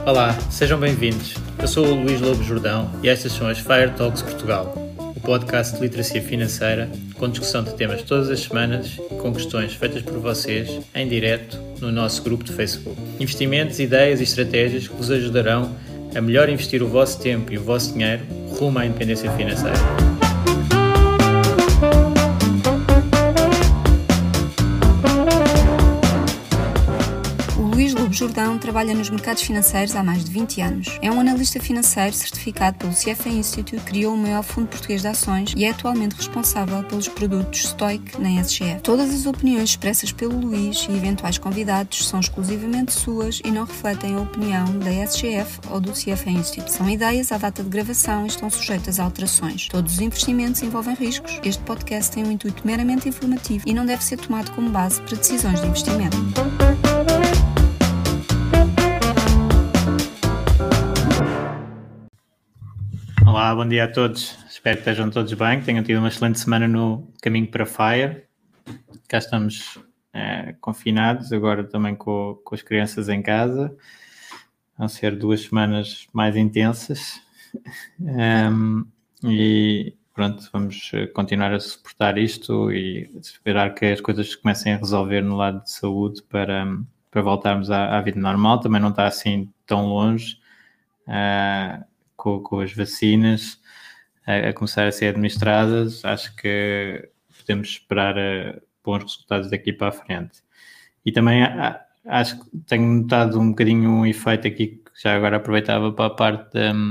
Olá, sejam bem-vindos. Eu sou o Luís Lobo Jordão e estas são as Fire Talks Portugal, o podcast de literacia financeira com discussão de temas todas as semanas e com questões feitas por vocês em direto no nosso grupo de Facebook. Investimentos, ideias e estratégias que vos ajudarão a melhor investir o vosso tempo e o vosso dinheiro rumo à independência financeira. Jordão trabalha nos mercados financeiros há mais de 20 anos. É um analista financeiro certificado pelo CFA Institute, criou o maior fundo português de ações e é atualmente responsável pelos produtos Stoic na SGF. Todas as opiniões expressas pelo Luís e eventuais convidados são exclusivamente suas e não refletem a opinião da SGF ou do CFA Institute. São ideias à data de gravação e estão sujeitas a alterações. Todos os investimentos envolvem riscos. Este podcast tem um intuito meramente informativo e não deve ser tomado como base para decisões de investimento. Olá, bom dia a todos. Espero que estejam todos bem, que tenham tido uma excelente semana no caminho para Fire. Cá estamos confinados, agora também com as crianças em casa. Vão ser 2 semanas mais intensas. E pronto, vamos continuar a suportar isto e esperar que as coisas comecem a resolver no lado de saúde para voltarmos à vida normal. Também não está assim tão longe. Com as vacinas a começar a ser administradas, acho que podemos esperar bons resultados daqui para a frente. E também acho que tenho notado um bocadinho um efeito aqui, que já agora aproveitava para a parte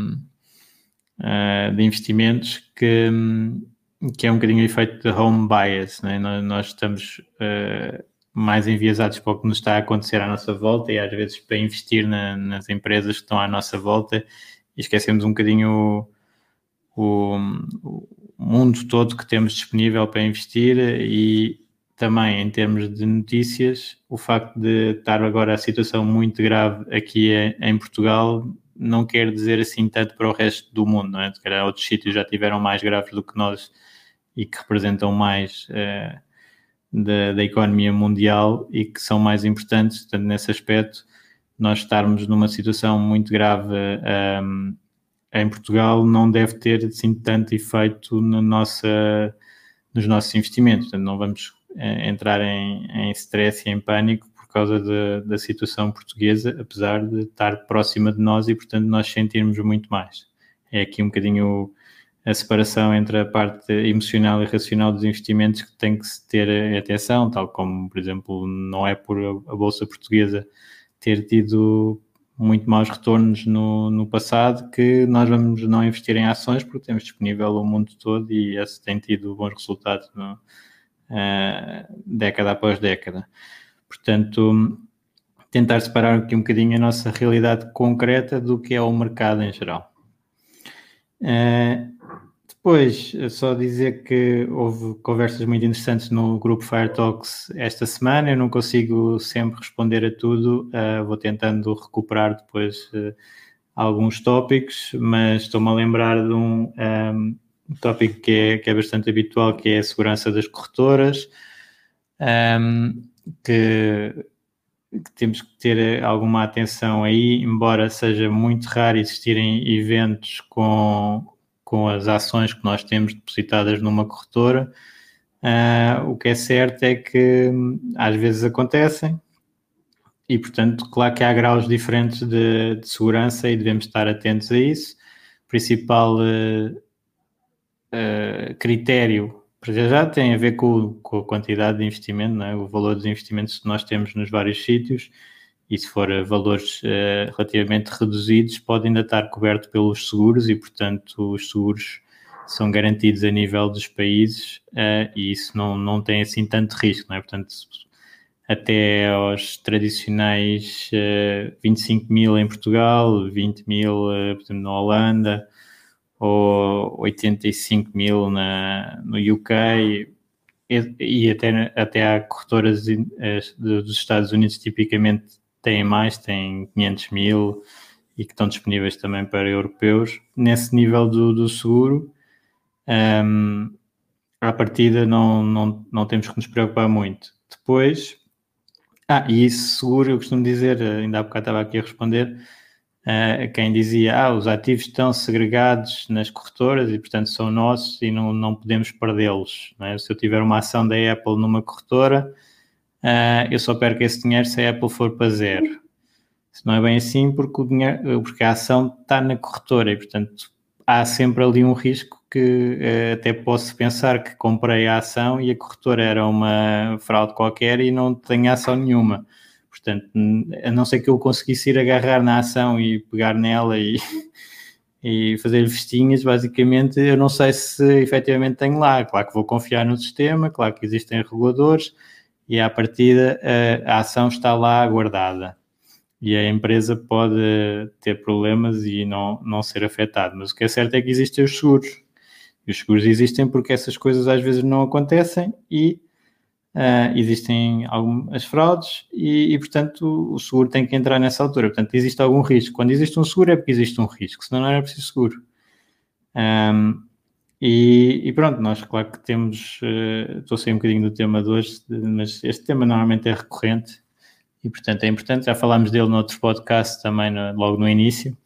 de investimentos, que é um bocadinho o efeito de home bias, né? Nós estamos mais enviesados para o que nos está a acontecer à nossa volta e às vezes para investir nas empresas que estão à nossa volta, e esquecemos um bocadinho o mundo todo que temos disponível para investir. E também em termos de notícias, o facto de estar agora a situação muito grave aqui em Portugal não quer dizer assim tanto para o resto do mundo, não é? Se calhar outros sítios já tiveram mais graves do que nós e que representam mais da economia mundial e que são mais importantes. Portanto, nesse aspecto, nós estarmos numa situação muito grave em Portugal não deve ter assim tanto efeito nos nossos investimentos. Portanto, não vamos entrar em stress e em pânico por causa da situação portuguesa, apesar de estar próxima de nós e, portanto, nós sentirmos muito mais. É aqui um bocadinho a separação entre a parte emocional e racional dos investimentos que tem que se ter atenção, tal como, por exemplo, não é por a Bolsa Portuguesa ter tido muito maus retornos no passado que nós vamos não investir em ações, porque temos disponível o mundo todo e esse tem tido bons resultados década após década. Portanto, tentar separar aqui um bocadinho a nossa realidade concreta do que é o mercado em geral. Depois, só dizer que houve conversas muito interessantes no grupo Fire Talks esta semana. Eu não consigo sempre responder a tudo, vou tentando recuperar depois alguns tópicos, mas estou-me a lembrar de um tópico que é bastante habitual, que é a segurança das corretoras, que temos que ter alguma atenção aí, embora seja muito raro existirem eventos com as ações que nós temos depositadas numa corretora. O que é certo é que às vezes acontecem e, portanto, claro que há graus diferentes de segurança e devemos estar atentos a isso. O principal critério para já tem a ver com a quantidade de investimento, não é? O valor dos investimentos que nós temos nos vários sítios, e se for valores relativamente reduzidos, pode ainda estar coberto pelos seguros e, portanto, os seguros são garantidos a nível dos países e isso não tem assim tanto risco, não é? Portanto, até aos tradicionais 25 mil em Portugal, 20 mil por exemplo, na Holanda, ou 85 mil no UK, e até há corretoras dos Estados Unidos tipicamente têm mais, têm 500 mil e que estão disponíveis também para europeus. Nesse nível do seguro, à partida não temos que nos preocupar muito. Depois, e isso seguro, eu costumo dizer, ainda há bocado estava aqui a responder, quem dizia, os ativos estão segregados nas corretoras e, portanto, são nossos e não podemos perdê-los. Não é? Se eu tiver uma ação da Apple numa corretora, eu só perco esse dinheiro se a Apple for para zero. Isso não é bem assim porque a ação está na corretora e, portanto, há sempre ali um risco que até posso pensar que comprei a ação e a corretora era uma fraude qualquer e não tenho ação nenhuma. Portanto, a não ser que eu conseguisse ir agarrar na ação e pegar nela e fazer festinhas, basicamente, eu não sei se efetivamente tenho lá. Claro que vou confiar no sistema, claro que existem reguladores e, à partida, a ação está lá guardada. E a empresa pode ter problemas e não ser afetada. Mas o que é certo é que existem os seguros. E os seguros existem porque essas coisas às vezes não acontecem e existem algumas fraudes e, portanto, o seguro tem que entrar nessa altura. Portanto, existe algum risco. Quando existe um seguro é porque existe um risco, senão não era preciso seguro. E pronto, nós claro que temos... estou a sair um bocadinho do tema de hoje, mas este tema normalmente é recorrente e, portanto, é importante. Já falámos dele no outro podcast também, logo no início.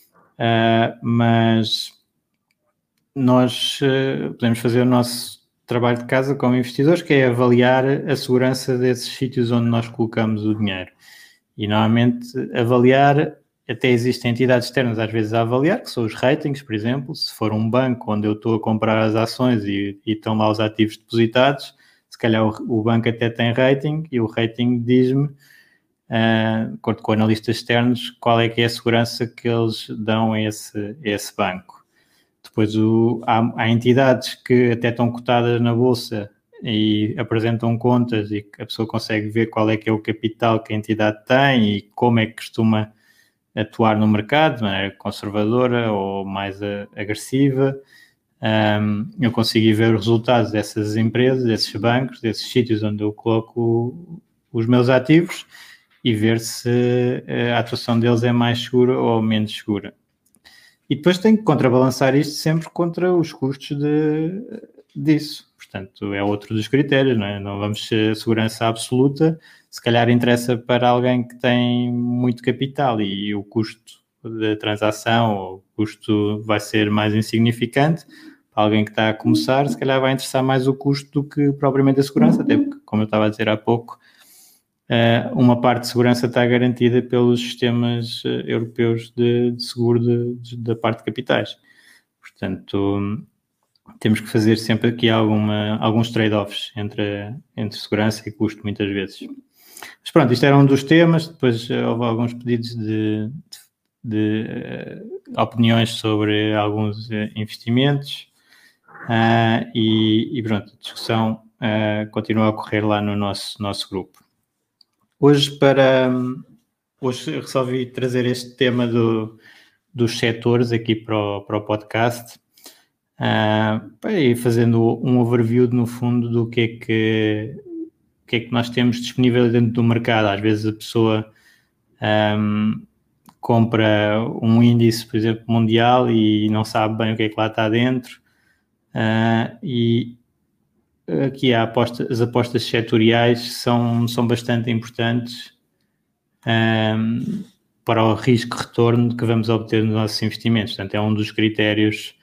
Mas nós podemos fazer o nosso trabalho de casa como investidores, que é avaliar a segurança desses sítios onde nós colocamos o dinheiro. E, normalmente, avaliar, até existem entidades externas às vezes a avaliar, que são os ratings, por exemplo. Se for um banco onde eu estou a comprar as ações e estão lá os ativos depositados, se calhar o banco até tem rating e o rating diz-me, de acordo com analistas externos, qual é que é a segurança que eles dão a esse banco. Depois há entidades que até estão cotadas na bolsa e apresentam contas e a pessoa consegue ver qual é que é o capital que a entidade tem e como é que costuma atuar no mercado, de maneira conservadora ou mais agressiva. Eu consigo ver os resultados dessas empresas, desses bancos, desses sítios onde eu coloco os meus ativos e ver se a atuação deles é mais segura ou menos segura. E depois tenho que contrabalançar isto sempre contra os custos disso. Portanto, é outro dos critérios, não é? Não vamos ser segurança absoluta. Se calhar interessa para alguém que tem muito capital e o custo da transação ou o custo vai ser mais insignificante. Para alguém que está a começar, se calhar vai interessar mais o custo do que propriamente a segurança, até porque, como eu estava a dizer há pouco, uma parte de segurança está garantida pelos sistemas europeus de seguro da parte de capitais. Portanto, temos que fazer sempre aqui alguns trade-offs entre segurança e custo, muitas vezes. Mas pronto, isto era um dos temas. Depois houve alguns pedidos de opiniões sobre alguns investimentos e pronto, a discussão continua a ocorrer lá no nosso grupo. Hoje resolvi trazer este tema dos setores aqui para o podcast e fazendo um overview no fundo do que é que nós temos disponível dentro do mercado. Às vezes a pessoa compra um índice, por exemplo, mundial e não sabe bem o que é que lá está dentro e aqui as apostas setoriais são bastante importantes para o risco-retorno que vamos obter nos nossos investimentos. Portanto, é um dos critérios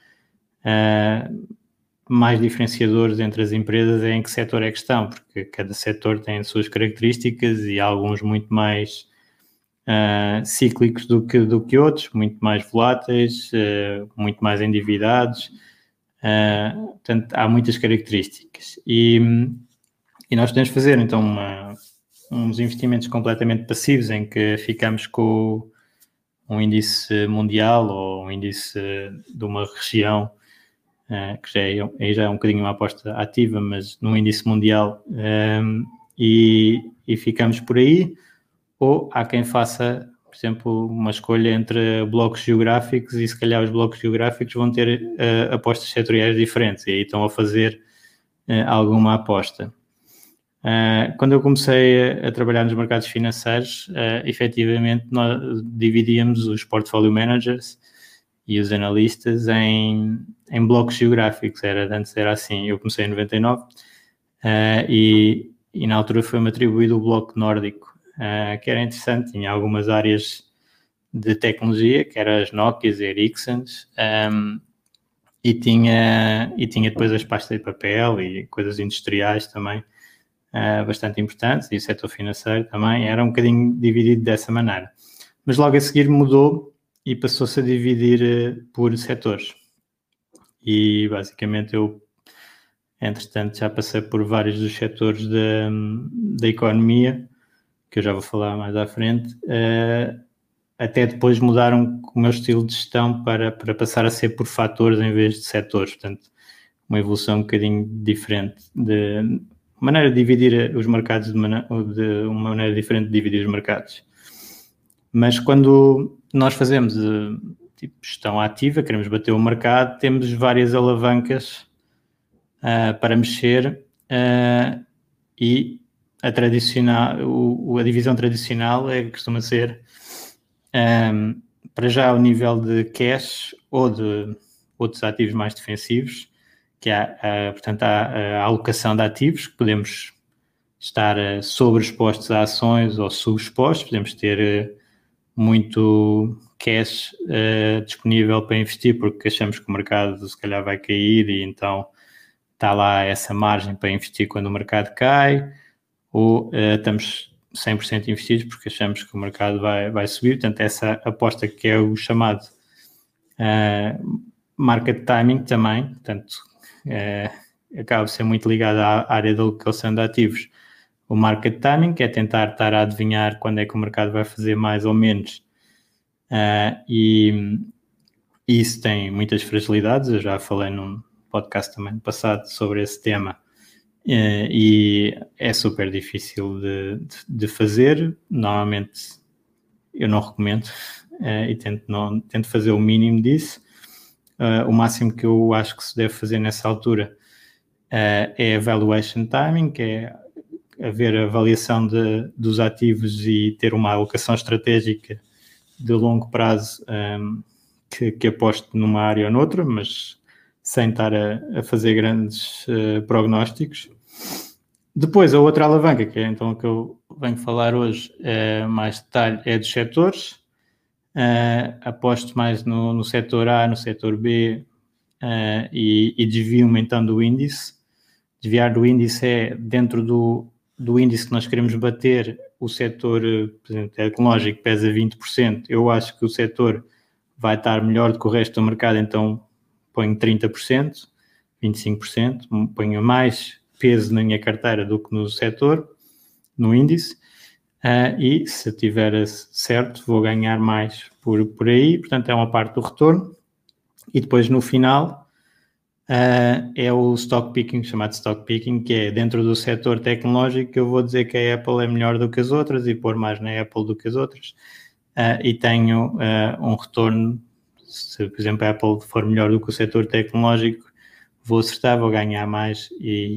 mais diferenciadores entre as empresas em que setor é que estão, porque cada setor tem as suas características e alguns muito mais cíclicos do que outros, muito mais voláteis, muito mais endividados. Portanto, há muitas características e nós podemos fazer então uns investimentos completamente passivos em que ficamos com um índice mundial ou um índice de uma região que já é um bocadinho uma aposta ativa, mas num índice mundial e ficamos por aí. Ou há quem faça, por exemplo, uma escolha entre blocos geográficos e se calhar os blocos geográficos vão ter apostas setoriais diferentes e aí estão a fazer alguma aposta. Quando eu comecei a trabalhar nos mercados financeiros, efetivamente nós dividíamos os portfolio managers e os analistas em blocos geográficos. Antes era assim, eu comecei em 99 e na altura foi-me atribuído o bloco nórdico, que era interessante, tinha algumas áreas de tecnologia, que eram as Nokias e Ericssons, e tinha depois as pastas de papel e coisas industriais também, bastante importantes, e o setor financeiro também era um bocadinho dividido dessa maneira. Mas logo a seguir mudou e passou-se a dividir por setores. E basicamente eu, entretanto, já passei por vários dos setores da economia, que eu já vou falar mais à frente, até depois mudaram o meu estilo de gestão para passar a ser por fatores em vez de setores. Portanto, uma evolução um bocadinho diferente, de maneira de dividir os mercados, de uma maneira diferente de dividir os mercados. Mas quando nós fazemos gestão ativa, queremos bater o mercado, temos várias alavancas para mexer, e a divisão tradicional costuma ser, para já, o nível de cash ou de outros ativos mais defensivos, que portanto, há a alocação de ativos, que podemos estar sobreexpostos a ações ou subexpostos, podemos ter muito cash disponível para investir, porque achamos que o mercado se calhar vai cair e então está lá essa margem para investir quando o mercado cai, ou estamos 100% investidos porque achamos que o mercado vai subir. Portanto, essa aposta que é o chamado market timing também, portanto, acaba de ser muito ligado à área da alocação de ativos. O market timing, que é tentar estar a adivinhar quando é que o mercado vai fazer mais ou menos, e isso tem muitas fragilidades. Eu já falei num podcast também no passado sobre esse tema, e é super difícil de fazer. Normalmente eu não recomendo, e tento fazer o mínimo disso. O máximo que eu acho que se deve fazer nessa altura é a valuation timing, que é haver a avaliação dos ativos e ter uma alocação estratégica de longo prazo, que aposte numa área ou noutra, mas sem estar a fazer grandes prognósticos. Depois, a outra alavanca, que é então o que eu venho falar hoje, mais detalhe, é dos setores. Aposto mais no setor A, no setor B, e desvio-me então do índice. Desviar do índice é dentro do índice que nós queremos bater. O setor, por exemplo, tecnológico pesa 20%, eu acho que o setor vai estar melhor do que o resto do mercado, então ponho 30%, 25%, ponho mais peso na minha carteira do que no setor, no índice, e se tiver certo vou ganhar mais por aí. Portanto, é uma parte do retorno. E depois, no final, é o stock picking, chamado stock picking, que é dentro do setor tecnológico que eu vou dizer que a Apple é melhor do que as outras e pôr mais na Apple do que as outras, e tenho um retorno. Se, por exemplo, a Apple for melhor do que o setor tecnológico, vou acertar, vou ganhar mais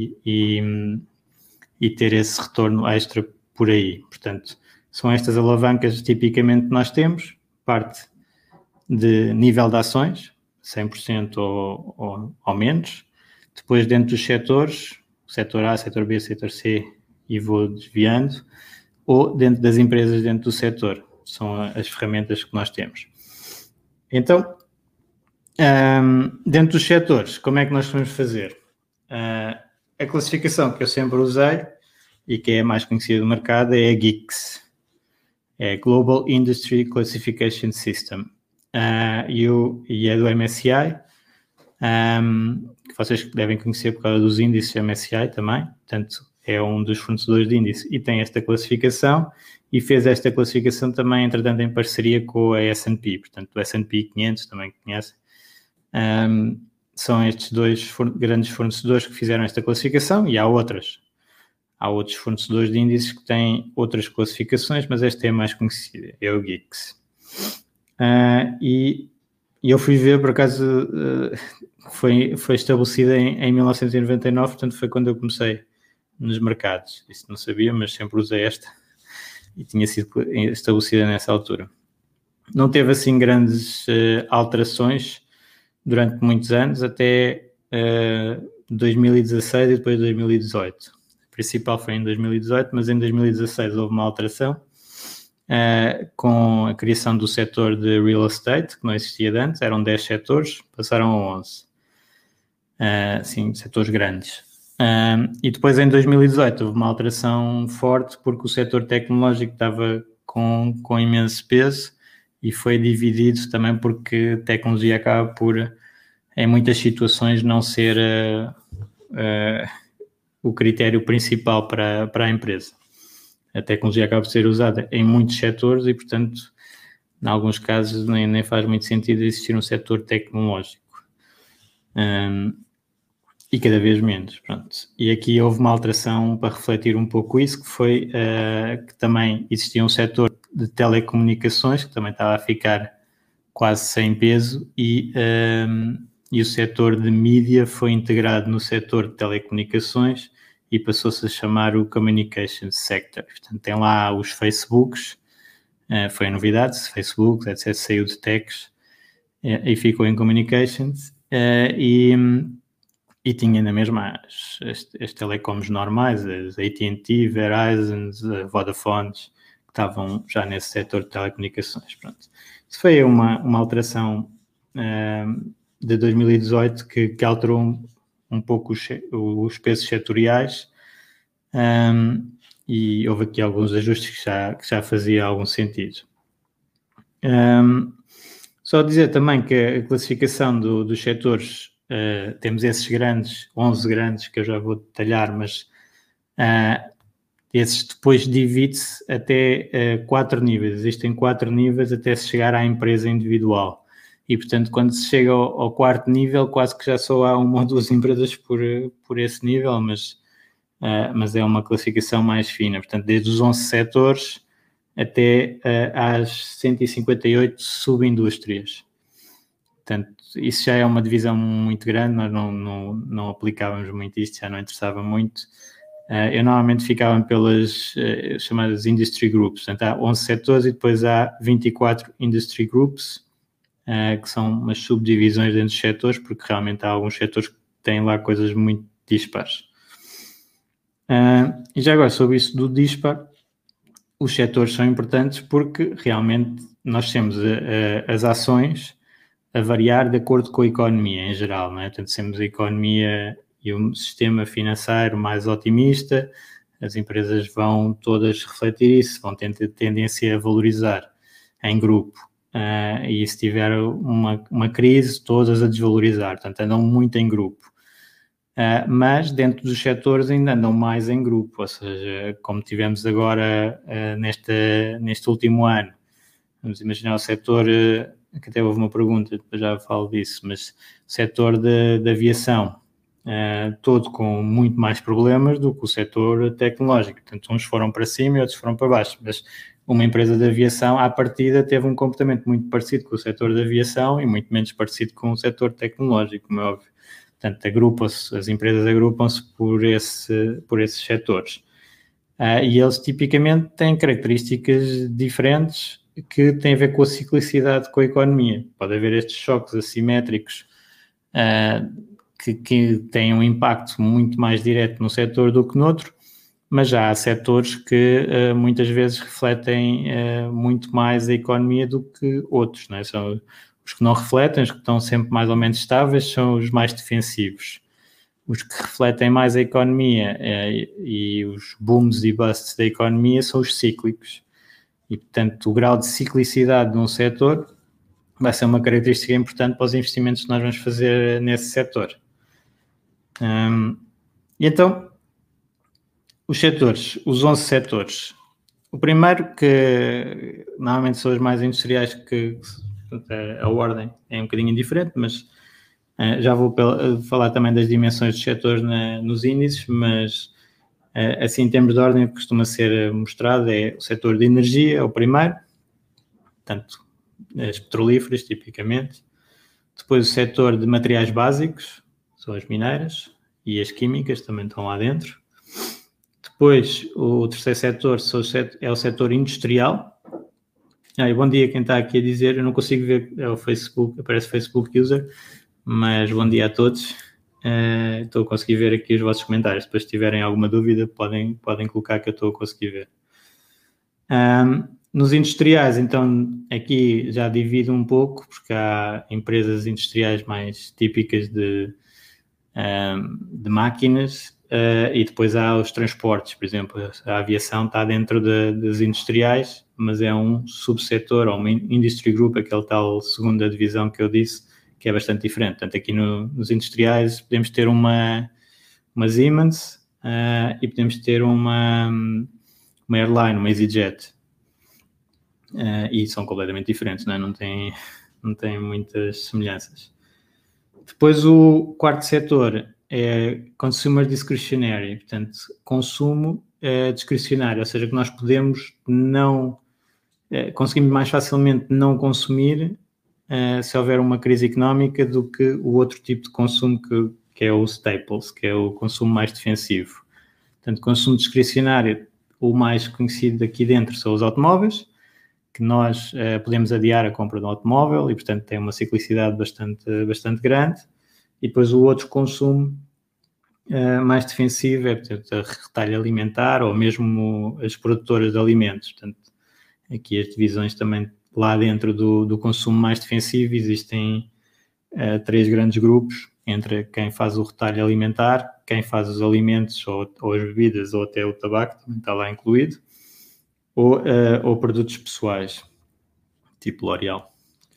e ter esse retorno extra por aí. Portanto, são estas alavancas tipicamente que nós temos. Parte de nível de ações, 100% ou menos. Depois, dentro dos setores, setor A, setor B, setor C, e vou desviando. Ou dentro das empresas, dentro do setor. São as ferramentas que nós temos. Então, dentro dos setores, como é que nós vamos fazer? A classificação que eu sempre usei e que é a mais conhecida do mercado é a GICS. É Global Industry Classification System. E é do MSCI, que vocês devem conhecer por causa dos índices MSCI também. Portanto, é um dos fornecedores de índice e tem esta classificação, e fez esta classificação também, entretanto, em parceria com a S&P. Portanto, o S&P 500 também conhecem. São estes dois grandes fornecedores que fizeram esta classificação, e há outros fornecedores de índices que têm outras classificações, mas esta é a mais conhecida, é o GICS. E eu fui ver, por acaso, foi estabelecida em 1999, portanto foi quando eu comecei nos mercados. Isso não sabia, mas sempre usei esta e tinha sido estabelecida nessa altura. Não teve assim grandes alterações durante muitos anos, até 2016 e depois 2018. A principal foi em 2018, mas em 2016 houve uma alteração, com a criação do setor de real estate, que não existia antes, eram 10 setores, passaram a 11. Sim, setores grandes. E depois, em 2018, houve uma alteração forte, porque o setor tecnológico estava com imenso peso e foi dividido também porque a tecnologia acaba por, em muitas situações, não ser o critério principal para a empresa. A tecnologia acaba por ser usada em muitos setores e, portanto, em alguns casos nem faz muito sentido existir um setor tecnológico. E cada vez menos, pronto. E aqui houve uma alteração para refletir um pouco isso, que foi que também existia um setor de telecomunicações, que também estava a ficar quase sem peso, e o setor de mídia foi integrado no setor de telecomunicações e passou-se a chamar o Communications Sector. Portanto, tem lá os Facebooks, foi a novidade, Facebook, etc., saiu de techs e ficou em Communications, e tinha na mesma as telecoms normais, as AT&T, Verizon, Vodafones, que estavam já nesse setor de telecomunicações. Pronto. Isso foi uma alteração de 2018 que alterou um pouco os pesos setoriais, e houve aqui alguns ajustes que já fazia algum sentido. Só dizer também que a classificação dos setores, temos esses grandes, 11 grandes, que eu já vou detalhar, mas esses depois divide-se até 4 níveis. Existem 4 níveis até se chegar à empresa individual. E, portanto, quando se chega ao 4º nível, quase que já só há uma ou duas empresas por esse nível, mas é uma classificação mais fina. Portanto, desde os 11 setores até às 158 subindústrias. Portanto, isso já é uma divisão muito grande, nós não aplicávamos muito isto, já não interessava muito. Eu normalmente ficava pelas chamadas industry groups, portanto há 11 setores e depois há 24 industry groups, que são umas subdivisões dentro dos setores, porque realmente há alguns setores que têm lá coisas muito dispares. E já agora, sobre isso do dispar, os setores são importantes porque realmente nós temos as ações a variar de acordo com a economia em geral, não é? Portanto, temos a economia e um sistema financeiro mais otimista, as empresas vão todas refletir isso, vão ter tendência a valorizar em grupo. E se tiver uma crise, todas a desvalorizar, portanto, andam muito em grupo. Mas dentro dos setores ainda andam mais em grupo, ou seja, como tivemos agora neste último ano. Vamos imaginar o setor, que até houve uma pergunta, depois já falo disso, mas o setor de aviação, todo com muito mais problemas do que o setor tecnológico. Portanto, uns foram para cima e outros foram para baixo, mas uma empresa de aviação, à partida, teve um comportamento muito parecido com o setor de aviação e muito menos parecido com o setor tecnológico, como é óbvio. Portanto, as empresas agrupam-se por esses setores. E eles tipicamente têm características diferentes que têm a ver com a ciclicidade com a economia. Pode haver estes choques assimétricos que têm um impacto muito mais direto num setor do que noutro, mas já há setores que muitas vezes refletem muito mais a economia do que outros, não é? São os que não refletem, os que estão sempre mais ou menos estáveis, são os mais defensivos. Os que refletem mais a economia e os booms e busts da economia são os cíclicos. E, portanto, o grau de ciclicidade de um setor vai ser uma característica importante para os investimentos que nós vamos fazer nesse setor. E então, os setores, os 11 setores. O primeiro, que normalmente são os mais industriais, que a ordem é um bocadinho diferente, mas já vou falar também das dimensões dos setores nos índices, mas assim, em termos de ordem, que costuma ser mostrado é o setor de energia, é o primeiro, portanto, as petrolíferas, tipicamente. Depois o setor de materiais básicos, são as mineiras, e as químicas também estão lá dentro. Depois, o terceiro setor é o setor industrial. E bom dia quem está aqui a dizer, eu não consigo ver, é o Facebook, aparece Facebook User, mas bom dia a todos. Estou a conseguir ver aqui os vossos comentários. Depois, se tiverem alguma dúvida, podem colocar que eu estou a conseguir ver. Nos industriais, então, aqui já divido um pouco, porque há empresas industriais mais típicas de máquinas, e depois há os transportes, por exemplo, a aviação está dentro das industriais, mas é um subsetor, ou uma industry group, aquele tal segunda divisão que eu disse, que é bastante diferente. Portanto, aqui nos industriais podemos ter uma Siemens, e podemos ter uma airline, uma EasyJet, e são completamente diferentes, não tem muitas semelhanças. Depois o quarto setor é consumer discretionary, portanto, consumo discricionário, ou seja, que nós podemos conseguimos mais facilmente não consumir se houver uma crise económica do que o outro tipo de consumo que é o staples, que é o consumo mais defensivo. Portanto, consumo discricionário, o mais conhecido aqui dentro são os automóveis, que nós podemos adiar a compra de um automóvel e, portanto, tem uma ciclicidade bastante grande. E depois o outro consumo mais defensivo é, portanto, a retalho alimentar ou mesmo as produtoras de alimentos. Portanto, aqui as divisões também lá dentro do consumo mais defensivo existem 3 grandes grupos, entre quem faz o retalho alimentar, quem faz os alimentos ou as bebidas ou até o tabaco, também está lá incluído, ou produtos pessoais, tipo L'Oréal.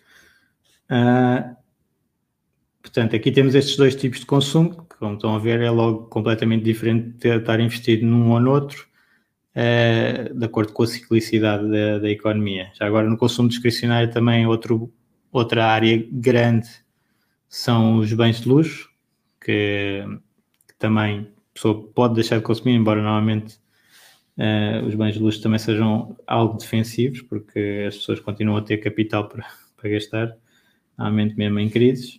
Portanto, aqui temos estes 2 tipos de consumo, que, como estão a ver, é logo completamente diferente de estar investido num ou noutro, de acordo com a ciclicidade da economia. Já agora, no consumo discricionário também outra área grande são os bens de luxo, que também a pessoa pode deixar de consumir, embora normalmente os bens de luxo também sejam algo defensivos, porque as pessoas continuam a ter capital para gastar, normalmente mesmo em crises.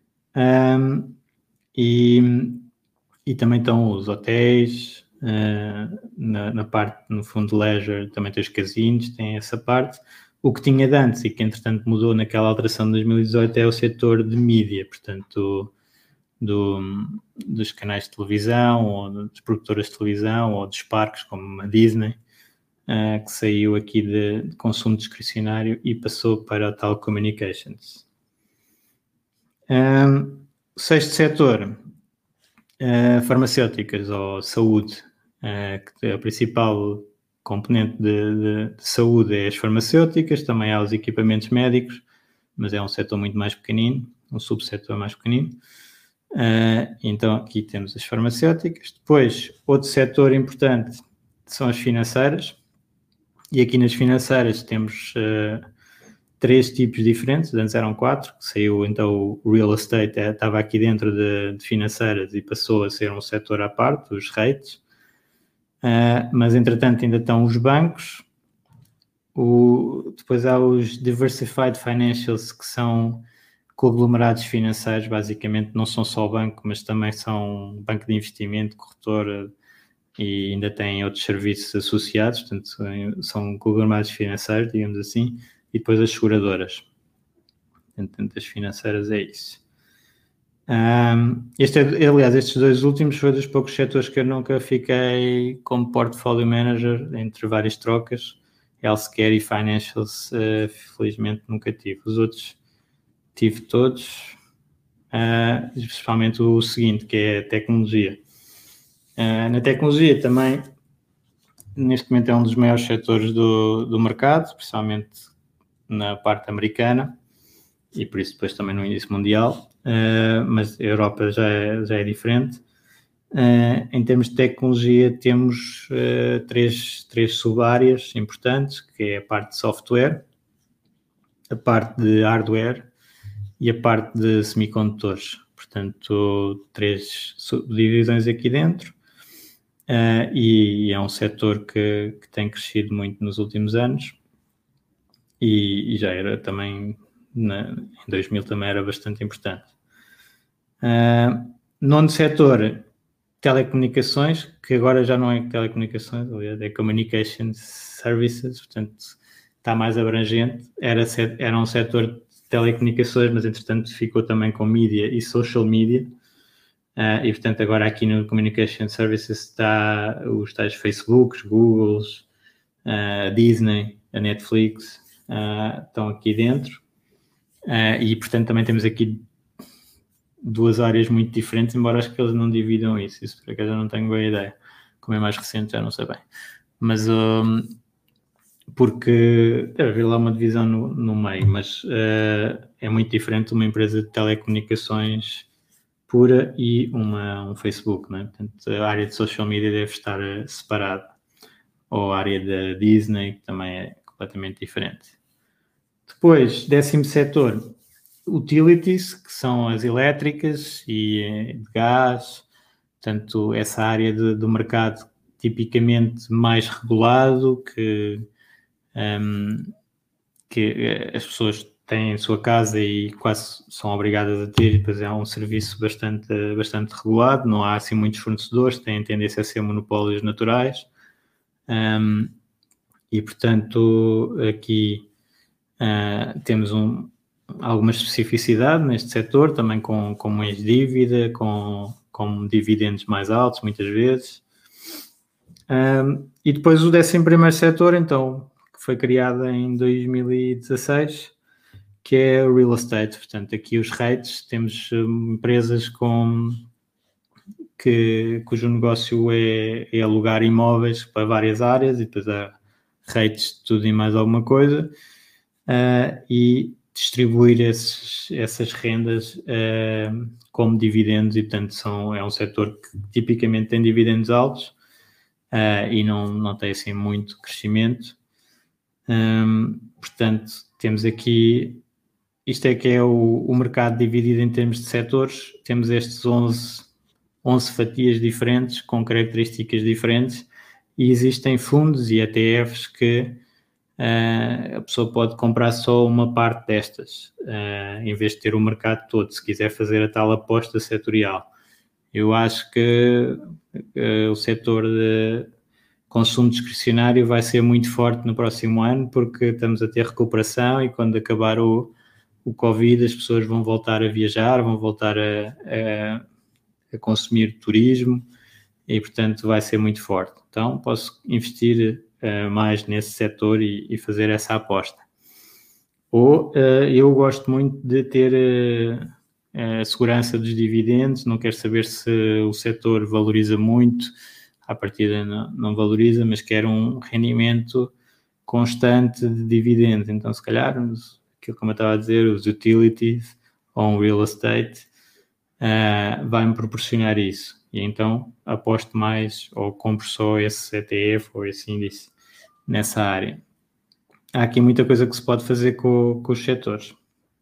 E também estão os hotéis, na parte, no fundo, de leisure, também tem os casinos, tem essa parte. O que tinha de antes e que, entretanto, mudou naquela alteração de 2018 é o setor de mídia, portanto, dos canais de televisão, ou das produtoras de televisão, ou dos parques, como a Disney, que saiu aqui de consumo discricionário e passou para a telecommunications. O sexto setor, farmacêuticas ou saúde, que a principal componente de saúde é as farmacêuticas, também há os equipamentos médicos, mas é um setor muito mais pequenino, um subsetor mais pequenino. Então aqui temos as farmacêuticas. Depois, outro setor importante são as financeiras, e aqui nas financeiras temos 3 tipos diferentes, antes eram 4, que saiu então o real estate, estava aqui dentro de financeiras e passou a ser um setor à parte, os REITs, mas entretanto ainda estão os bancos, depois há os diversified financials, que são conglomerados financeiros, basicamente não são só banco, mas também são banco de investimento, corretora, e ainda têm outros serviços associados, portanto são conglomerados financeiros, digamos assim, e depois as seguradoras. Portanto, as financeiras é isso. Aliás, estes 2 últimos foram dos poucos setores que eu nunca fiquei como portfolio manager, entre várias trocas. Healthcare e financials, felizmente nunca tive. Os outros tive todos, especialmente o seguinte, que é a tecnologia. Na tecnologia também, neste momento é um dos maiores setores do mercado, especialmente na parte americana, e por isso depois também no índice mundial, mas a Europa já é diferente. Em termos de tecnologia temos 3 sub-áreas importantes, que é a parte de software, a parte de hardware e a parte de semicondutores. Portanto, 3 subdivisões aqui dentro, e é um setor que tem crescido muito nos últimos anos, e já era também, em 2000 também era bastante importante. Nono setor, telecomunicações, que agora já não é telecomunicações, aliás, é communications services, portanto está mais abrangente. Era um setor de telecomunicações, mas entretanto ficou também com mídia e social media, e portanto agora aqui no communication services está os tais Facebooks, Googles, Disney, a Netflix, estão aqui dentro. E, portanto, também temos aqui duas áreas muito diferentes, embora acho que eles não dividam isso. Isso por acaso eu não tenho boa ideia. Como é mais recente, já não sei bem. Mas, porque deve haver lá uma divisão no meio, mas é muito diferente uma empresa de telecomunicações pura e um Facebook, não é? Portanto, a área de social media deve estar separada. Ou a área da Disney, que também é completamente diferente. Depois, 10º setor, utilities, que são as elétricas e de gás, portanto, essa área do mercado tipicamente mais regulado, que as pessoas têm em sua casa e quase são obrigadas a ter, e depois é um serviço bastante regulado, não há assim muitos fornecedores, têm tendência a ser monopólios naturais, e portanto aqui temos alguma especificidade neste setor, também com mais dívida, com dividendos mais altos muitas vezes. E depois o 11º setor, então, que foi criado em 2016, que é o real estate. Portanto, aqui os REITs, temos empresas cujo negócio é alugar imóveis para várias áreas, e depois há REITs de tudo e mais alguma coisa, e distribuir essas rendas como dividendos, e portanto é um setor que tipicamente tem dividendos altos e não tem assim muito crescimento. Portanto, temos aqui, isto é que é o mercado dividido em termos de setores. Temos estes 11 fatias diferentes, com características diferentes, e existem fundos e ETFs que a pessoa pode comprar só uma parte destas, em vez de ter o mercado todo, se quiser fazer a tal aposta setorial. Eu acho que o setor de consumo discricionário vai ser muito forte no próximo ano, porque estamos a ter recuperação, e quando acabar o Covid, as pessoas vão voltar a viajar, vão voltar a consumir turismo, e portanto vai ser muito forte. Então posso investir mais nesse setor e fazer essa aposta. Ou eu gosto muito de ter a segurança dos dividendos, não quero saber se o setor valoriza muito, à partida não valoriza, mas quero um rendimento constante de dividendos. Então, se calhar, aquilo como eu estava a dizer, os utilities ou um real estate vai-me proporcionar isso. E então aposto mais, ou compro só esse ETF ou esse índice nessa área. Há aqui muita coisa que se pode fazer com os setores.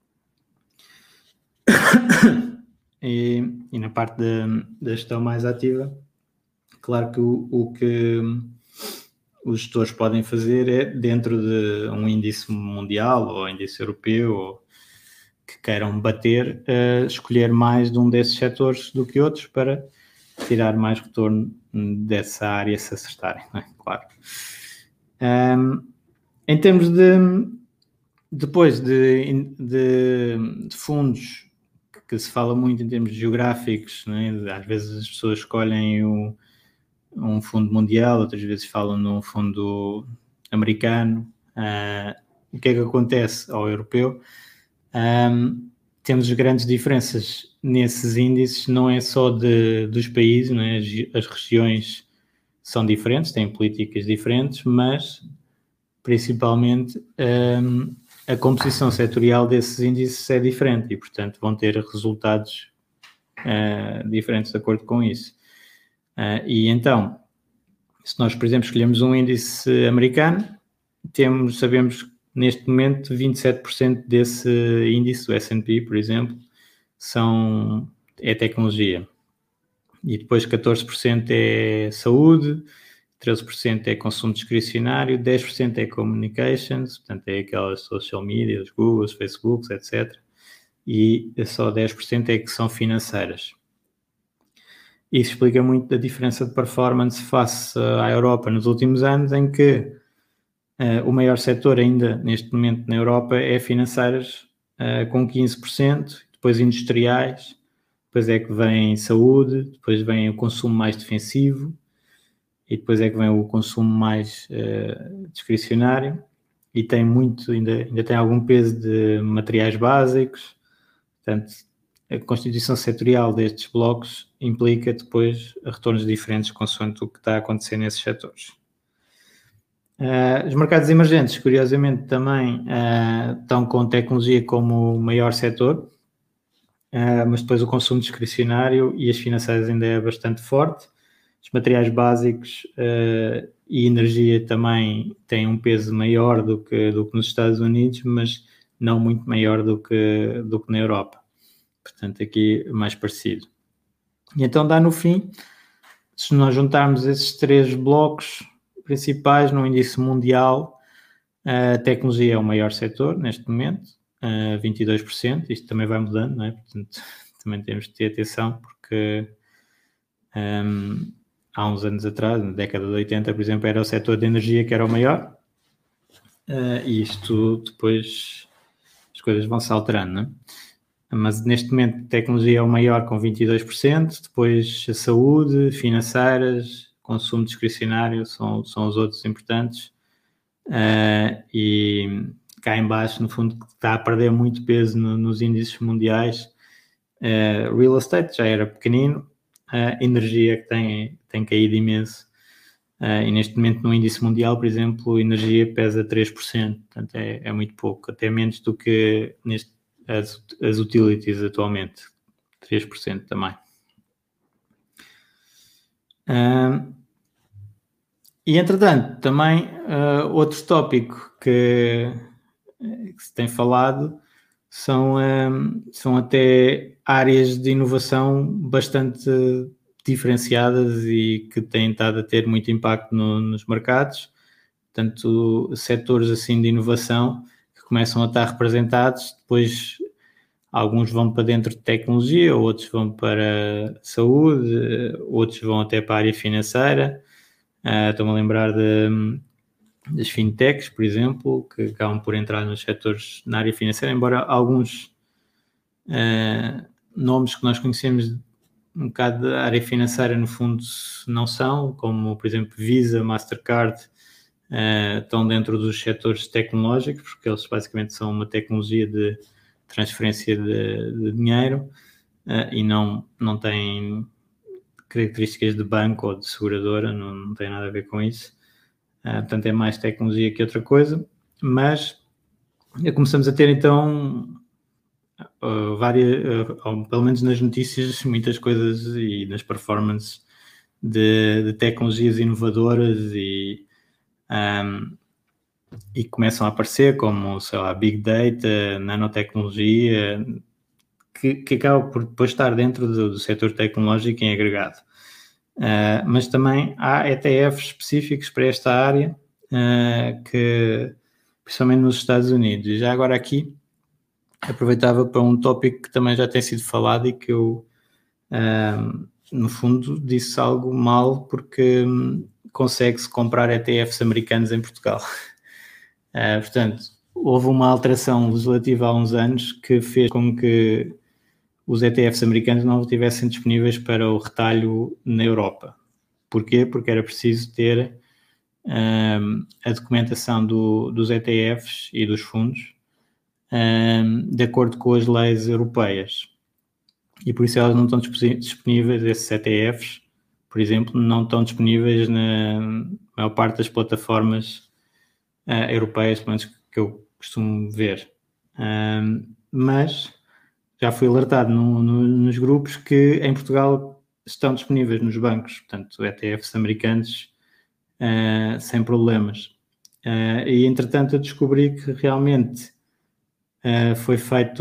E na parte da gestão mais ativa, claro que o que os gestores podem fazer é, dentro de um índice mundial ou índice europeu, ou que queiram bater, escolher mais de um desses setores do que outros para tirar mais retorno dessa área, se acertarem, não é? Claro. Em termos depois de fundos, que se fala muito em termos geográficos, não é? Às vezes as pessoas escolhem um fundo mundial, outras vezes falam num fundo americano. O que é que acontece ao europeu? Temos grandes diferenças nesses índices, não é só dos países, não é? As regiões são diferentes, têm políticas diferentes, mas principalmente a composição setorial desses índices é diferente, e portanto vão ter resultados diferentes de acordo com isso. E então, se nós, por exemplo, escolhemos um índice americano, sabemos que neste momento 27% desse índice, o S&P, por exemplo, é tecnologia. E depois 14% é saúde, 13% é consumo discricionário, 10% é communications, portanto é aquelas social media, os Google, os Facebooks, etc. E só 10% é que são financeiras. Isso explica muito da diferença de performance face à Europa nos últimos anos, em que o maior setor ainda neste momento na Europa é financeiras, com 15%, depois industriais, depois é que vem saúde, depois vem o consumo mais defensivo, e depois é que vem o consumo mais discricionário, e tem ainda tem algum peso de materiais básicos. Portanto, a constituição setorial destes blocos implica depois retornos diferentes consoante o que está a acontecer nesses setores. Os mercados emergentes, curiosamente, também estão com tecnologia como o maior setor, mas depois o consumo discricionário e as financeiras ainda é bastante forte. Os materiais básicos e energia também têm um peso maior do que nos Estados Unidos, mas não muito maior do que na Europa. Portanto, aqui mais parecido. E então dá no fim, se nós juntarmos esses 3 blocos principais no índice mundial, a tecnologia é o maior setor neste momento, 22%. Isto também vai mudando, não é? Portanto, também temos de ter atenção, porque há uns anos atrás, na década de 80, por exemplo, era o setor de energia que era o maior, e isto depois as coisas vão se alterando, não é? Mas neste momento a tecnologia é o maior com 22%, depois a saúde, financeiras, consumo discricionário são os outros importantes, e cá em baixo, no fundo, está a perder muito peso nos índices mundiais. Real estate já era pequenino, energia que tem caído imenso, e neste momento no índice mundial, por exemplo, energia pesa 3%, portanto é muito pouco, até menos do que as utilities atualmente, 3% também. E entretanto, também outro tópico que se tem falado são até áreas de inovação bastante diferenciadas e que têm estado a ter muito impacto nos mercados. Portanto, setores assim de inovação que começam a estar representados, depois alguns vão para dentro de tecnologia, outros vão para saúde, outros vão até para a área financeira. Estou-me a lembrar das fintechs, por exemplo, que acabam por entrar nos setores na área financeira, embora alguns nomes que nós conhecemos um bocado da área financeira, no fundo, não são, como, por exemplo, Visa, Mastercard, estão dentro dos setores tecnológicos, porque eles basicamente são uma tecnologia de transferência de dinheiro, e não têm características de banco ou de seguradora, não tem nada a ver com isso. Portanto, é mais tecnologia que outra coisa, mas começamos a ter então pelo menos nas notícias, muitas coisas e nas performances de tecnologias inovadoras e começam a aparecer como, sei lá, Big Data, nanotecnologia, que acaba por depois estar dentro do setor tecnológico em agregado. Mas também há ETFs específicos para esta área, que principalmente nos Estados Unidos. E já agora aqui aproveitava para um tópico que também já tem sido falado e que eu, no fundo, disse algo mal, porque consegue-se comprar ETFs americanos em Portugal. Portanto, houve uma alteração legislativa há uns anos que fez com que os ETFs americanos não estivessem disponíveis para o retalho na Europa. Porquê? Porque era preciso ter a documentação dos ETFs e dos fundos de acordo com as leis europeias. E por isso elas não estão disponíveis, esses ETFs, por exemplo, não estão disponíveis na maior parte das plataformas europeias, pelo menos que eu costumo ver. Mas já fui alertado nos grupos que em Portugal estão disponíveis nos bancos, portanto, ETFs americanos, sem problemas. E, entretanto, eu descobri que realmente foi feito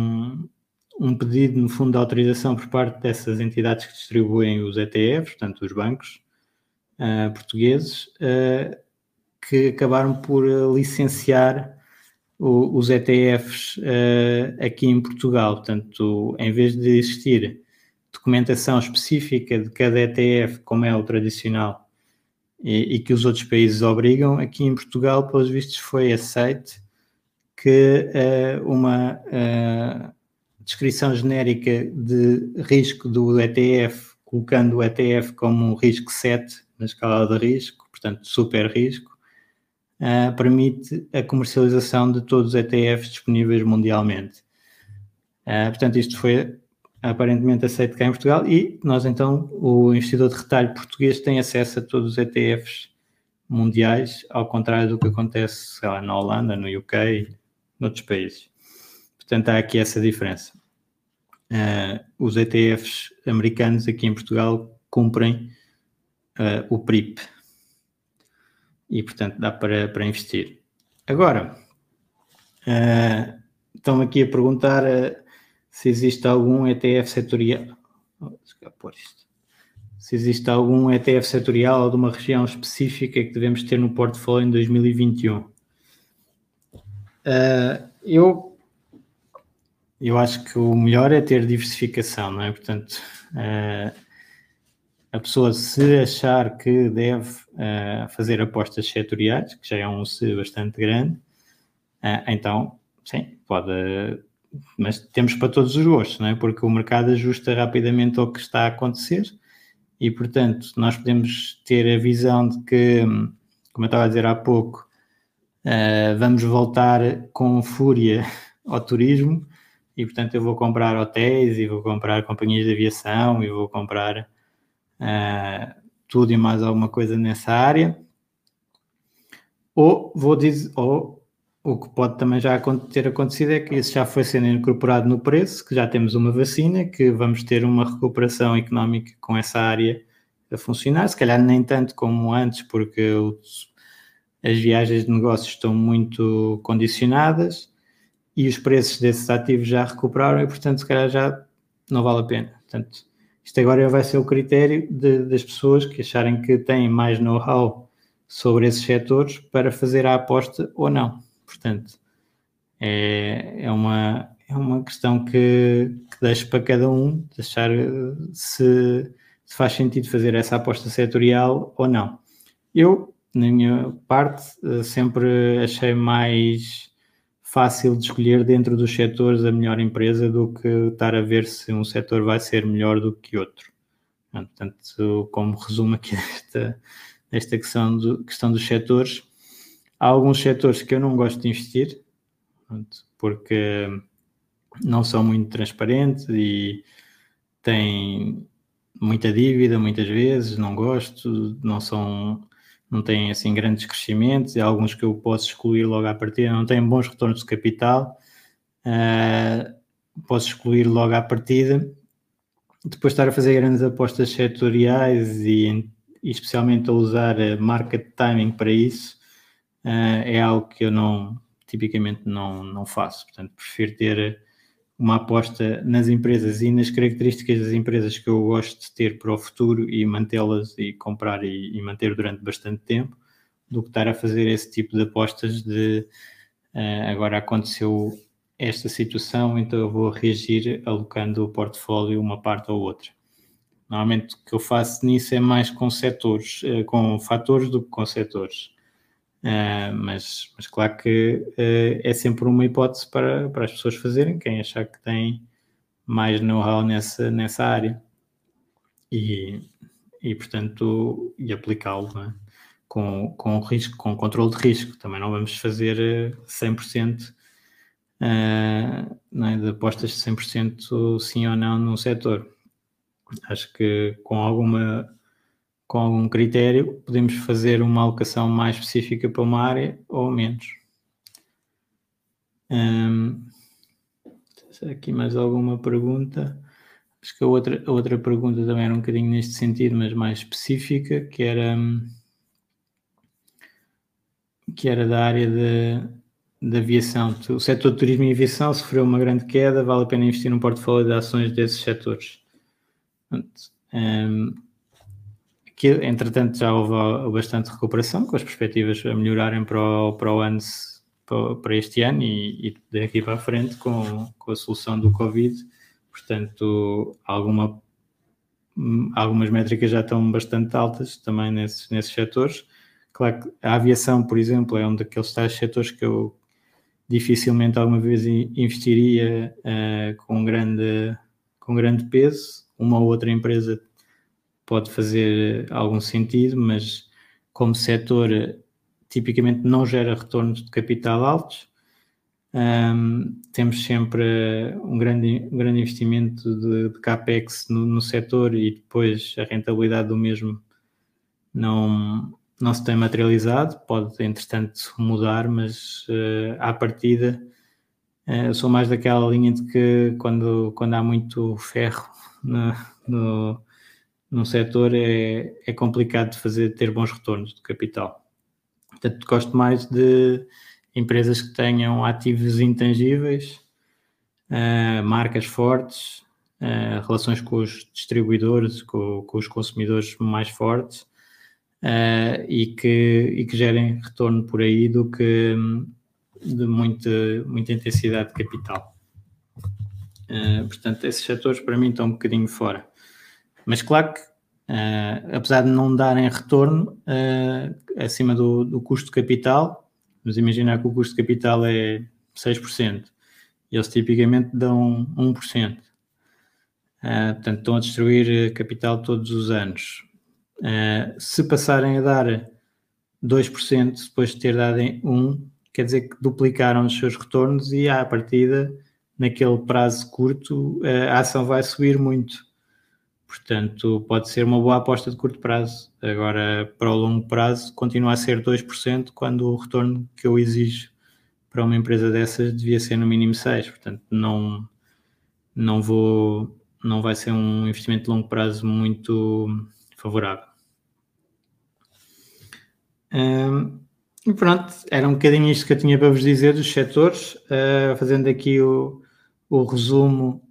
um pedido, no fundo, de autorização por parte dessas entidades que distribuem os ETFs, portanto, os bancos portugueses, que acabaram por licenciar os ETFs aqui em Portugal. Portanto, em vez de existir documentação específica de cada ETF, como é o tradicional, e que os outros países obrigam, aqui em Portugal, pelos vistos, foi aceito que uma descrição genérica de risco do ETF, colocando o ETF como um risco 7 na escala de risco, portanto, super risco, permite a comercialização de todos os ETFs disponíveis mundialmente. Portanto, isto foi aparentemente aceito cá em Portugal e nós então, o investidor de retalho português tem acesso a todos os ETFs mundiais, ao contrário do que acontece, sei lá, na Holanda, no UK e noutros países. Portanto, há aqui essa diferença. Os ETFs americanos aqui em Portugal cumprem o PRIP e, portanto, dá para investir. Agora, estão aqui a perguntar se existe algum ETF setorial. Se existe algum ETF setorial ou de uma região específica que devemos ter no portfólio em 2021. Eu acho que o melhor é ter diversificação, não é? Portanto, a pessoa, se achar que deve fazer apostas setoriais, que já é um se bastante grande, então, sim, pode. Mas temos para todos os gostos, não é? Porque o mercado ajusta rapidamente ao que está a acontecer e, portanto, nós podemos ter a visão de que, como eu estava a dizer há pouco, vamos voltar com fúria ao turismo e, portanto, eu vou comprar hotéis e vou comprar companhias de aviação e vou comprar tudo e mais alguma coisa nessa área. Ou o que pode também já ter acontecido é que isso já foi sendo incorporado no preço, que já temos uma vacina, que vamos ter uma recuperação económica com essa área a funcionar, se calhar nem tanto como antes, porque as viagens de negócios estão muito condicionadas e os preços desses ativos já recuperaram e, portanto, se calhar já não vale a pena. Portanto, isto agora vai ser o critério das pessoas que acharem que têm mais know-how sobre esses setores para fazer a aposta ou não. Portanto, é uma questão que deixo para cada um, de achar se faz sentido fazer essa aposta setorial ou não. Eu, na minha parte, sempre achei mais fácil de escolher dentro dos setores a melhor empresa do que estar a ver se um setor vai ser melhor do que outro. Portanto, como resumo aqui desta questão dos setores, há alguns setores que eu não gosto de investir, porque não são muito transparentes e têm muita dívida muitas vezes, não gosto, não têm assim grandes crescimentos, e há alguns que eu posso excluir logo à partida, não têm bons retornos de capital, posso excluir logo à partida. Depois estar a fazer grandes apostas setoriais e especialmente a usar market timing para isso, é algo que eu tipicamente não faço. Portanto, prefiro ter uma aposta nas empresas e nas características das empresas que eu gosto de ter para o futuro e mantê-las e comprar e manter durante bastante tempo, do que estar a fazer esse tipo de apostas de agora aconteceu esta situação, então eu vou reagir alocando o portfólio uma parte ou outra. Normalmente o que eu faço nisso é mais com setores, com fatores do que com setores. Mas claro que é sempre uma hipótese para as pessoas fazerem, quem achar que tem mais know-how nessa área e portanto, e aplicá-lo, não é? Com risco, com controle de risco. Também não vamos fazer 100%, não é, de apostas de 100% sim ou não num setor. Acho que com algum critério podemos fazer uma alocação mais específica para uma área ou menos. Aqui mais alguma pergunta? Acho que a outra pergunta também era um bocadinho neste sentido, mas mais específica, que era da área da aviação. O setor de turismo e aviação sofreu uma grande queda, vale a pena investir num portfólio de ações desses setores. Que, entretanto, já houve bastante recuperação, com as perspectivas a melhorarem para o ano, para este ano e daqui para a frente com a solução do Covid. Portanto, algumas métricas já estão bastante altas também nesses setores. Claro que a aviação, por exemplo, é um daqueles tais setores que eu dificilmente alguma vez investiria com grande peso. Uma ou outra empresa pode fazer algum sentido, mas como setor tipicamente não gera retornos de capital altos. Temos sempre um grande investimento de CAPEX no setor e depois a rentabilidade do mesmo não se tem materializado. Pode, entretanto, mudar, mas à partida eu sou mais daquela linha de que quando há muito ferro num setor é complicado de ter bons retornos de capital. Portanto, gosto mais de empresas que tenham ativos intangíveis, marcas fortes, relações com os distribuidores, com os consumidores mais fortes, e que gerem retorno por aí do que de muita intensidade de capital. Portanto, esses setores para mim estão um bocadinho fora. Mas claro que, apesar de não darem retorno acima do custo de capital, vamos imaginar que o custo de capital é 6%, e eles tipicamente dão 1%. Portanto, estão a destruir capital todos os anos. Se passarem a dar 2% depois de ter dado 1%, quer dizer que duplicaram os seus retornos e, à partida, naquele prazo curto, a ação vai subir muito. Portanto, pode ser uma boa aposta de curto prazo. Agora, para o longo prazo, continua a ser 2%, quando o retorno que eu exijo para uma empresa dessas devia ser no mínimo 6%. Portanto, não vai ser um investimento de longo prazo muito favorável. E pronto, era um bocadinho isto que eu tinha para vos dizer dos setores. Fazendo aqui o resumo,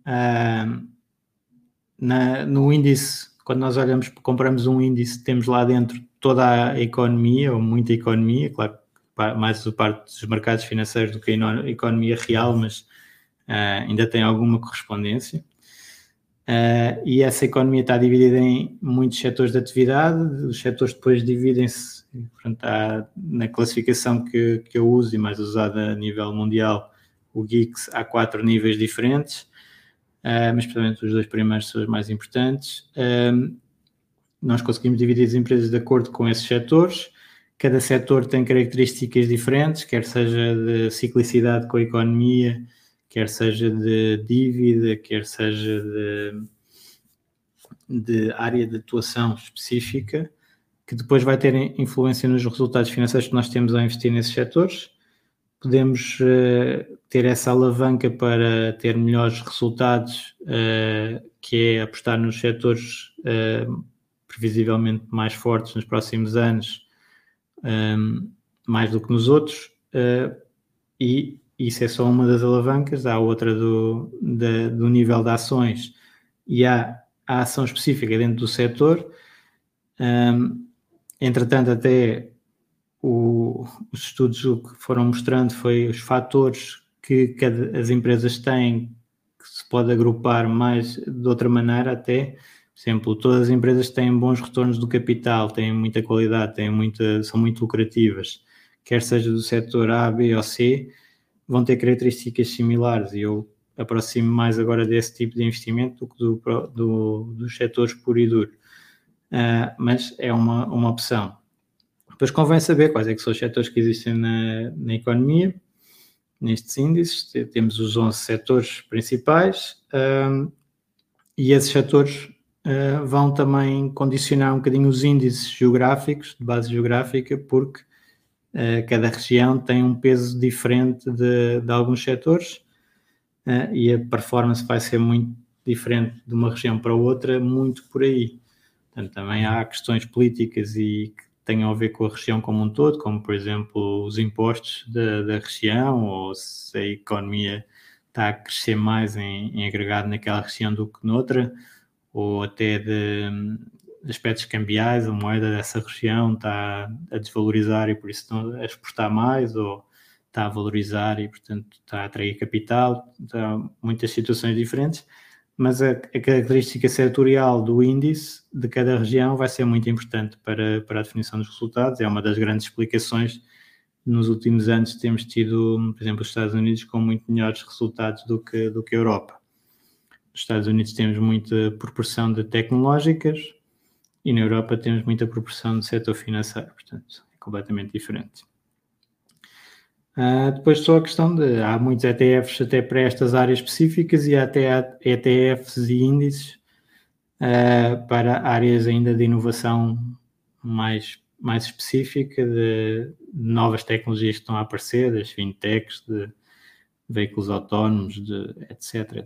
no índice, quando nós compramos um índice, temos lá dentro toda a economia, ou muita economia, claro, mais a parte dos mercados financeiros do que a economia real, mas ainda tem alguma correspondência. E essa economia está dividida em muitos setores de atividade. Os setores depois dividem-se, portanto, na classificação que eu uso e mais usada a nível mundial, o GICS, há 4 níveis diferentes. Mas provavelmente os 2 primeiros são os mais importantes. Nós conseguimos dividir as empresas de acordo com esses setores. Cada setor tem características diferentes, quer seja de ciclicidade com a economia, quer seja de dívida, quer seja de área de atuação específica, que depois vai ter influência nos resultados financeiros que nós temos a investir nesses setores. Podemos ter essa alavanca para ter melhores resultados, que é apostar nos setores previsivelmente mais fortes nos próximos anos, mais do que nos outros, e isso é só uma das alavancas. Há outra do nível de ações, e há a ação específica dentro do setor. Entretanto, até os estudos o que foram mostrando foi os fatores que as empresas têm, que se pode agrupar mais de outra maneira até. Por exemplo, todas as empresas têm bons retornos do capital, têm muita qualidade, são muito lucrativas, quer seja do setor A, B ou C, vão ter características similares, e eu aproximo mais agora desse tipo de investimento do que dos setores puro e duro. Mas é uma opção. Depois convém saber quais é que são os setores que existem na economia. Nestes índices temos os 11 setores principais, e esses setores vão também condicionar um bocadinho os índices geográficos, de base geográfica, porque cada região tem um peso diferente de alguns setores, e a performance vai ser muito diferente de uma região para outra, muito por aí. Portanto, também há questões políticas e que tenham a ver com a região como um todo, como, por exemplo, os impostos da região, ou se a economia está a crescer mais em agregado naquela região do que noutra, ou até de aspectos cambiais, a moeda dessa região está a desvalorizar e por isso estão a exportar mais, ou está a valorizar e, portanto, está a atrair capital. Há muitas situações diferentes, mas a característica setorial do índice de cada região vai ser muito importante para a definição dos resultados. É uma das grandes explicações. Nos últimos anos temos tido, por exemplo, os Estados Unidos com muito melhores resultados do que a Europa. Nos Estados Unidos temos muita proporção de tecnológicas e na Europa temos muita proporção de setor financeiro. Portanto, completamente diferente. Depois só a questão de, há muitos ETFs até para estas áreas específicas e até ETFs e índices para áreas ainda de inovação mais específica, de novas tecnologias que estão a aparecer, das fintechs, de veículos autónomos, etc.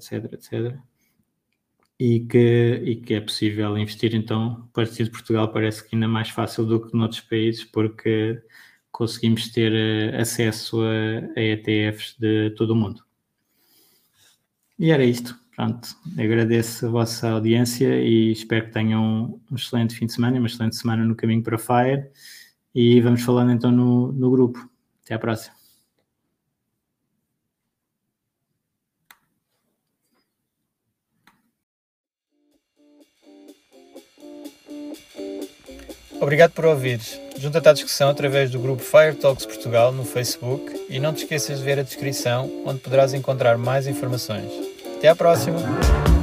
E que é possível investir. Então, a partir de Portugal parece que ainda mais fácil do que noutros países, porque conseguimos ter acesso a ETFs de todo o mundo. E era isto. Pronto, agradeço a vossa audiência e espero que tenham um excelente fim de semana, uma excelente semana no caminho para FIRE, e vamos falando então no grupo. Até à próxima. Obrigado por ouvires. Junta-te à discussão através do grupo Fire Talks Portugal no Facebook e não te esqueças de ver a descrição, onde poderás encontrar mais informações. Até à próxima!